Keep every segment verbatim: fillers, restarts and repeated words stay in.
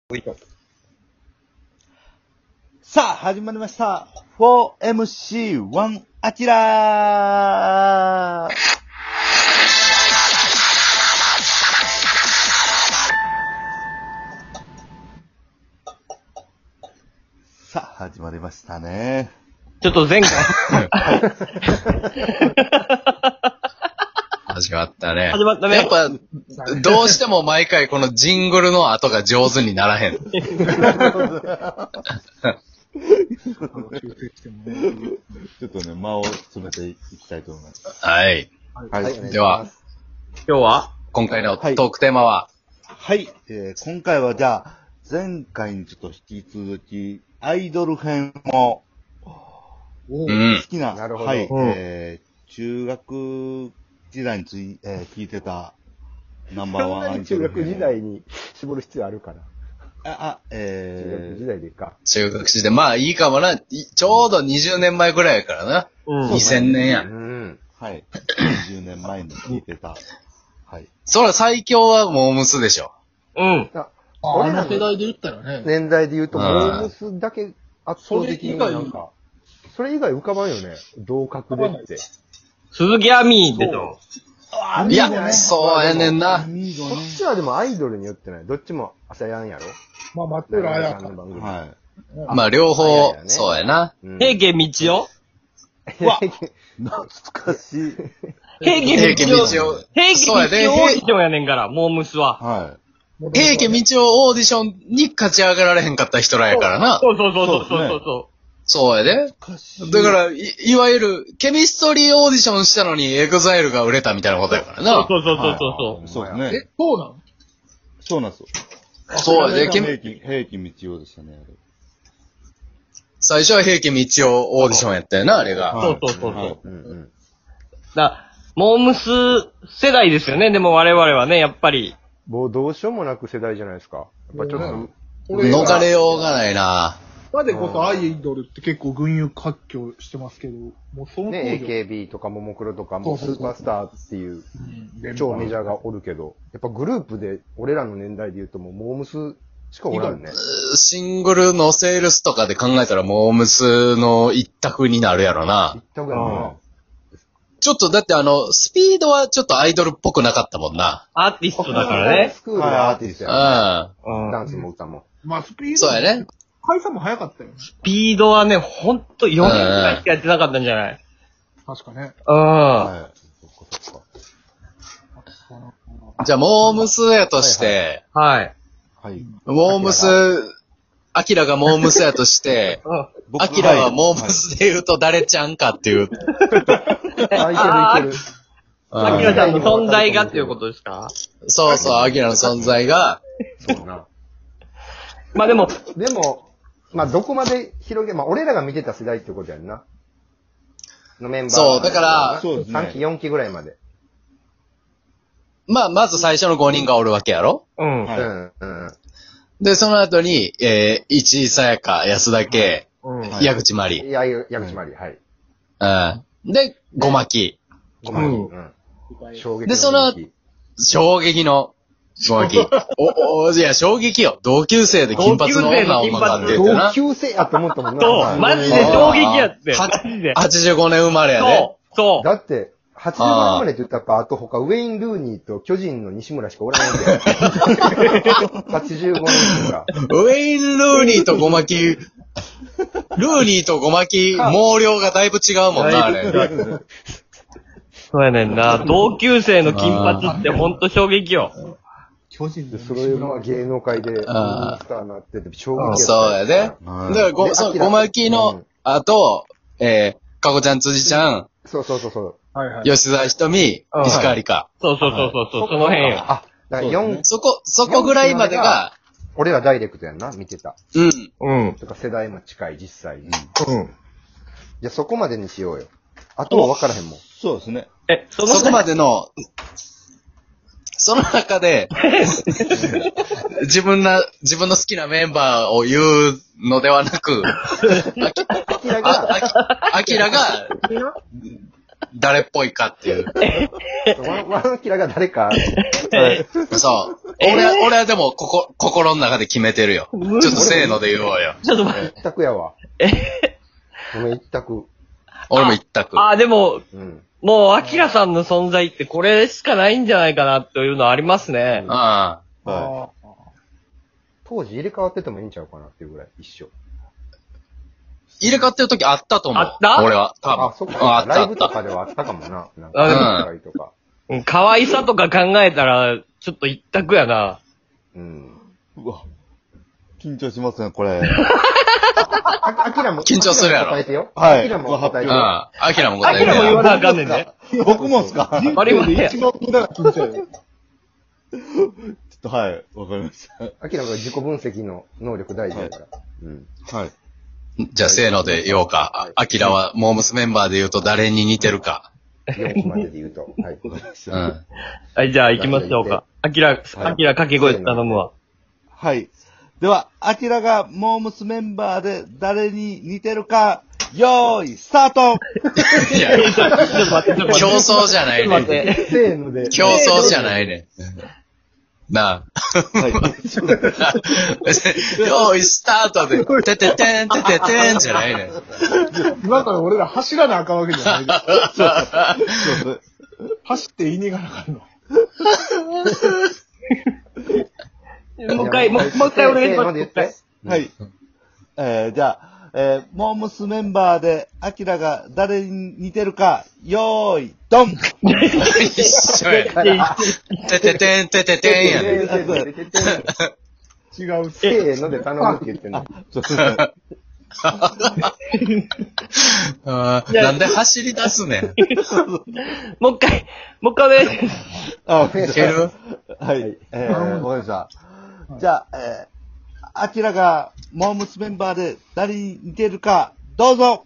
さあ、始まりました。フォーエムシーワン アキラーさあ、始まりましたね。 ちょっと前回。 始まったね。 始まったね。 やっぱ、どうしても毎回このジングルの後が上手にならへん。 ちょっとね、間を詰めていきたいと思います。 はい。 はい。 はい、では、 今日は今回のトークテーマは、 はい、はい、えー、今回はじゃあ、前回にちょっと引き続き、アイドル編も、 うん、 好きな、 なるほど、 はい、うん、えー、中学時代につい、えー、聞いてたナンバーワンアイドル編。 中学時代に絞る必要あるかな。 あ、あ、えー、 中学時代でか。 中学時代、まあいいかもな。ちょうどにじゅうねんまえぐらいやからな。うん、にせんねんや。 うん。はい。にじゅうねんまえに聞いてた。はい。 そら最強はモームスでしょ。 うん。 あ、あの世代で言ったらね。 年代で言うと、モームスだけ圧倒的になんか、それ以外浮かばんよね。同格でって。 鈴木亜美でと。 いや、そうやねんな。こっちはでもアイドルによってない。どっちも朝やんやろ。 まあ、松浦彩香の番組。 はい。 まあ、両方、そうやな。 平家道夫わ、懐かしい。 平家道夫。平家道夫オーディションやねんから、モームスは。 はい。 平家道夫オーディションに勝ち上がられへんかった人らやからな。 そうそうそうそうそうそう。 そうやで。だからい、いわゆる、ケミストリーオーディションしたのにエグザイルが売れたみたいなことやからな。 そうそうそうそうそう。そうね。 え、そうなの？ そうなんですよ。 そうやで。 平家、平家道夫でしたね。 最初は平家道夫オーディションやったよな、あれが。 そうそうそうそう。うんうん。だモームス世代ですよね、でも我々はね、やっぱり。 もうどうしようもなく世代じゃないですか。やっぱちょっと。 逃れようがないな。 今でこそアイドルって結構群雄割拠してますけど、もうその当時ね、エーケービー とかももクロとかもスーパースターっていう超メジャーがおるけど、やっぱグループで俺らの年代で言うともうモームスしかおらんね。 シングルのセールスとかで考えたらモームスの一択になるやろな。 一択やな。 ちょっとだってあの、スピードはちょっとアイドルっぽくなかったもんな。 アーティストだからね。 スクールのアーティストやね。うん。ダンスも歌も。 まあスピード。 そうやね。 解散も早かったよね。 スピードはね、ほんとよねんくらいしかやってなかったんじゃない？ 確かね。 うん。はい。じゃあ、モームスやとして、 はい。 はい。 モームス、アキラがモームスやとして、アキラはモームスで言うと誰ちゃんかっていう。 あ、いけるいける。 アキラちゃんの存在がっていうことですか？ そうそう、アキラの存在が。 そうな。 まあでも、 でも、まあ、どこまで広げ、まあ、俺らが見てた世代ってことやんな。のメンバー。 そう、だから、 そうですね。 さんき、よんきぐらいまで。 まあ、まず最初のごにんがおるわけやろ？ うん。 はい、うん、うん。 で、その後に、えー、市井さやか、安田圭、 うん、 矢口まり。 や、矢口まり、はい。 うん。で、ごまき。 ごまき。うん。衝撃の。 で、その、衝撃の、ごまき。お、お、いや、衝撃よ。同級生で金髪の女女がって言ってな。 同級生やと思ったもんな。 そう、マジで衝撃やって。 はちじゅうごねん生まれやで。 そう、そう。 だって、はちじゅうごねん生まれって言ったらやっぱ、あと他、ウェイン・ルーニーと巨人の西村しかおらないんだよ。はちじゅうごねんとか。 ウェイン・ルーニーとごまき、ルーニーとごまき、毛量がだいぶ違うもんな、あれ。 そうやねんな。同級生の金髪ってほんと衝撃よ。 巨人で、それは芸能界で、スターになってて、衝撃やった。 そうやで。だからご、そう、ごまきの、あと、えー、かこちゃん、辻ちゃん。 そうそうそうそう。 はいはい。 吉沢ひとみ、石川里香。 そうそうそうそう、その辺よ。 あ、だからよん、 そこ、そこぐらいまでが、 俺らダイレクトやんな、見てた。 うん。 うん。 とか世代も近い、実際。うん。 うん。 じゃあそこまでにしようよ。あとは分からへんもん。 そうですね。 え、 そこまでの、その中で、自分な、自分の好きなメンバーを言うのではなく、 アキラが、 アキラが、 誰っぽいかっていう。 ワン、ワンアキラが誰か、 そう。俺は、俺はでも、ここ、心の中で決めてるよ。ちょっとせーので言おうよ。 ちょっと待って。 一択やわ。ごめん、一択。 俺も一択。 あ、でも、 うん。 もう、アキラさんの存在ってこれしかないんじゃないかなというのありますね。 ああ。 は当時入れ替わっててもいいんちゃうかなっていうぐらい、一緒。 入れ替わってる時あったと思う。 あった俺は。多分。 あ、そっうんか。 あったライあった。 ブとかではあったかもな。なんあでもか、とか。 うん可愛さとか考えたら、ちょっと一択やな。 うん。 い。うわ。緊張しますね、これ。 あアキラも、 緊張するやろ答えてよ。 はいアキラも答えてよ。 うん。アキラもア答えてよ。 キラも言わなあかんねんね。 僕もっすかちょありますや一番無駄な緊張やよ。 っと、はい。わかりましアキラが自己分析の能力大事だから。うん。 た。はい。 じゃあ、せーので言おうか。あアキラは、モームスメンバーで言うと誰に似てるか。 よんきまでで言うと。はい。 うん。 はい、じゃあ行きましょうか。アキラ、アキラ掛け声頼むわ。 はい。では、アキラがモームスメンバーで誰に似てるか、よーい、スタートいや、 ちょっと待って、ちょっと待って。 競争じゃないちょっと待っね。 て。 せーので。 競争じゃないね。なあ。 はい。 よーい、スタートで、てててん、てててんじゃないね。 今から俺ら走らなあかんわけじゃないで。 そうそう。 走って言いに行かなあかんの。 もう一回、もうもう一回お願いします。 せーので言って。 はい。えー、じゃあ、えー、モームスメンバーで、アキラが誰に似てるか、よーい、ドン一緒や。てててん、てててんやね。 違う。 せーので頼むって言ってんの。 そうそうあーなんで走り出すねん。 もう一回、もう一回お願いします。 あ、 いけるはい。えー、わかりました。じゃあ、えー、アキラがモームスメンバーで誰に似てるか、どうぞ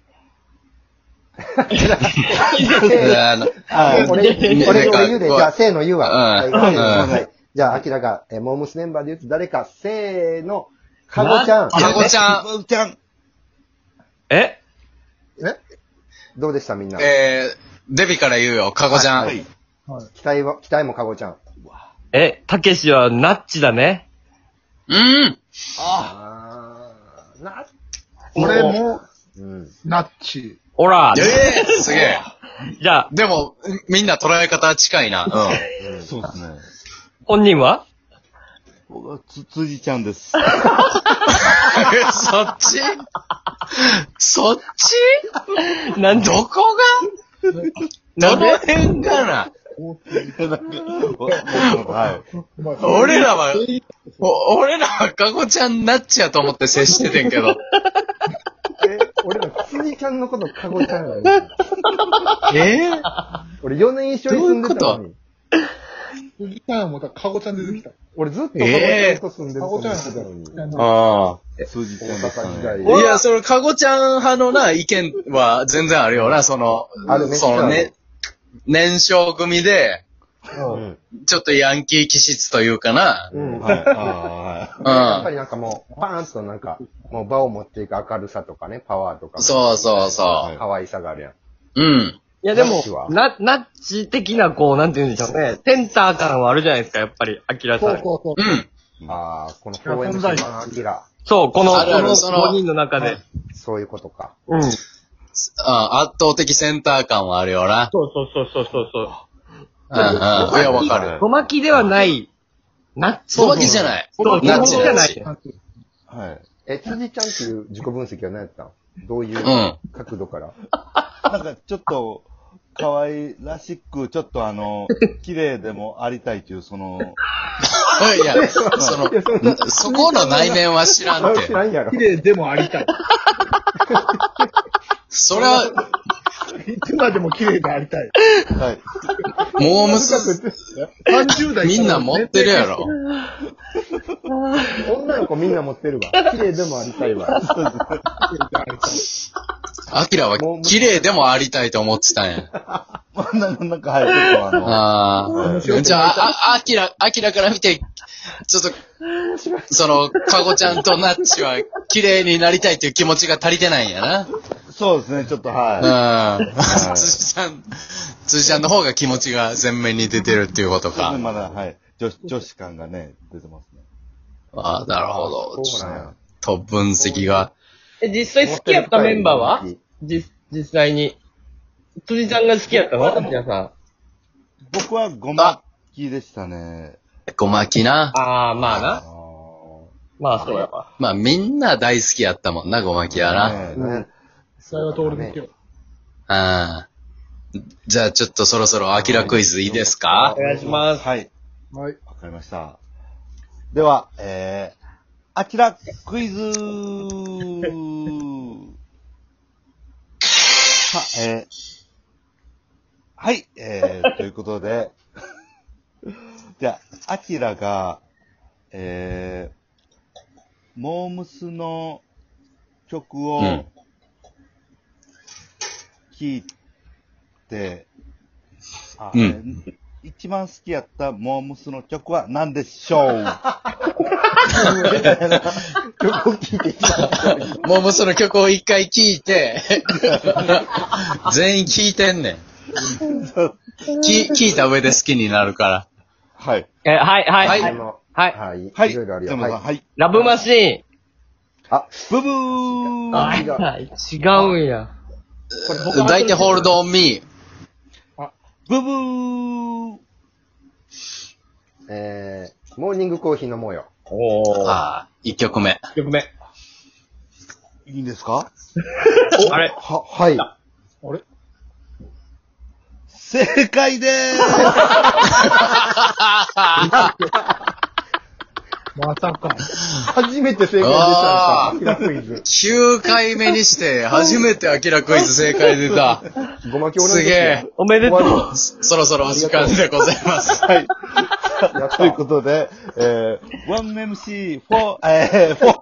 あのはい。 俺、俺、俺言うで、じゃあ、せーの言うわ。 うんはいうんはいじゃあ、アキラが、えーモームスメンバーで言うと誰か、せーの、かごちゃん。 かごちゃん。 かごちゃん。 ええどうでしたみんな。 えー、デビから言うよ、かごちゃん。 はい。 期待は、期待もかごちゃん。 え、たけしはナッチだね。 うん。 あー、な、 俺も、 うん。 ナッチ。 ほら、 ええー、すげえ。 じゃあ、 でも、みんな捉え方近いな。うん。 そうですね。 本人は僕はつ、辻ちゃんです。 えそっちそっちなんでどこがどの辺かなはい。 俺らは、お俺らはかごちゃんナッチやと思って接しててんけど。 え、俺ら、辻ちゃんのことかごちゃんやねえ俺よねん一緒に住んでたのに。 鈴木さんもだから、かごちゃん出てきた。 俺ずっとかごちゃんと住んでると思ってたのに。 ああ。 辻ちゃん大ですか阪時ね。 代。 いや、その、かごちゃん派のな、意見は全然あるよな、その、 あるめっちゃあるそのね、年少組で、 うん。 ちょっとヤンキー気質というかな。 うん。 はい。あーうん。 やっぱりなんかもう、パーンとなんか、もう場を持っていく明るさとかね、パワーとか。 そうそうそはい可愛さがあるやん。 う。うん。 いやでもナッチは、 な、ナッチ的なこう、なんて言うんでしょうね。センター感はあるじゃないですか、やっぱり、アキラさ。 そうんそうそう。 うん。 ああ、この フォーエムシー のアキラ。 そう、この、 あるあるこのそのごにんの中で。 そういうことか。 うん。そうあ圧倒的センター感はあるよな。 そうそうそうそうそう。 うんうん。いや、わかる。 小巻きではない、ナッチ。 そうわけじゃない。 そう、 ナッチじゃない。 はい。 え、辻ちゃんっていう自己分析は何やったんどういううん角度から、 なんか、ちょっと、可愛らしく、ちょっとあの、綺麗でもありたいという、その、 いや、その、そこの内面は知らんて知。らんやろ綺。麗でもありたい。 それは、 いつまでも綺麗でありたい。 はい。 モームス、 さんじゅう代みんな持ってるやろ。 女の子みんな持ってるわ。綺麗でもありたいわ。 アキラは綺麗でもありたいと思ってたんや。 まあ、なんか、なんか、はい、ちょっとあの、 ああ。じゃあ、あ、アキラ、アキラから見て、ちょっと、その、カゴちゃんとナッチは綺麗になりたいっていう気持ちが足りてないんやな。 そうですね、ちょっと、はうん。辻ちゃん、辻ちゃんの方が気持ちが前面に出てるっていうことい。そうですね、 か。 まだ、はい。女子、女子感がね、出てますね。 ああ、なるほど。 そうなんや。 と分析が。 え、実際好きやったメンバーはじ、実際に。辻ちゃんが好きやったの皆さん。 僕はごまきでしたね。 ごまきな。 あー、まああな。まあそうやわ。 まあみんな大好きやったもんな、ごまきやな。 ねーね。 それは通りですよ。 ああ。じゃあちょっとそろそろアキラクイズいいですかお願いします。 はい。 はい。 わかりました。では、えー、あきらクイズさあ、えー、はい、えー、ということで、じゃあ、あきらが、えー、モームスの曲をうん聴いて、あうんえー一番好きやったモームスの曲は何でしょう曲を聴いていた。 もうもうその曲を一回聴いて、全員聴いてんねん。き聞いた上で好きになるから。 はい。 え、はい、はい、 はいはい。 あのはい。 はい。 はい。 いろいろあるよ。 山田さん、 はい。 はい。 ラブマシーン。 あ、 ブブーあ、 違う違うんや。 抱いてホールドオンミブブーえー、モーニングコーヒー飲もうよ。 ー。 おー。 ああ、一曲目。 いち曲目。 いいんですかあれは、はい。 あれ正解でーすまさか。 初めて正解出たんか。アキラクイズ。 きゅうかいめにして、初めてアキラクイズ正解出た。 ごまき同じすげえ。 おめでとう。 そろそろお時間でございます。 はい。 やったということで、えー、ワンエムシーフォー、えー、フォー、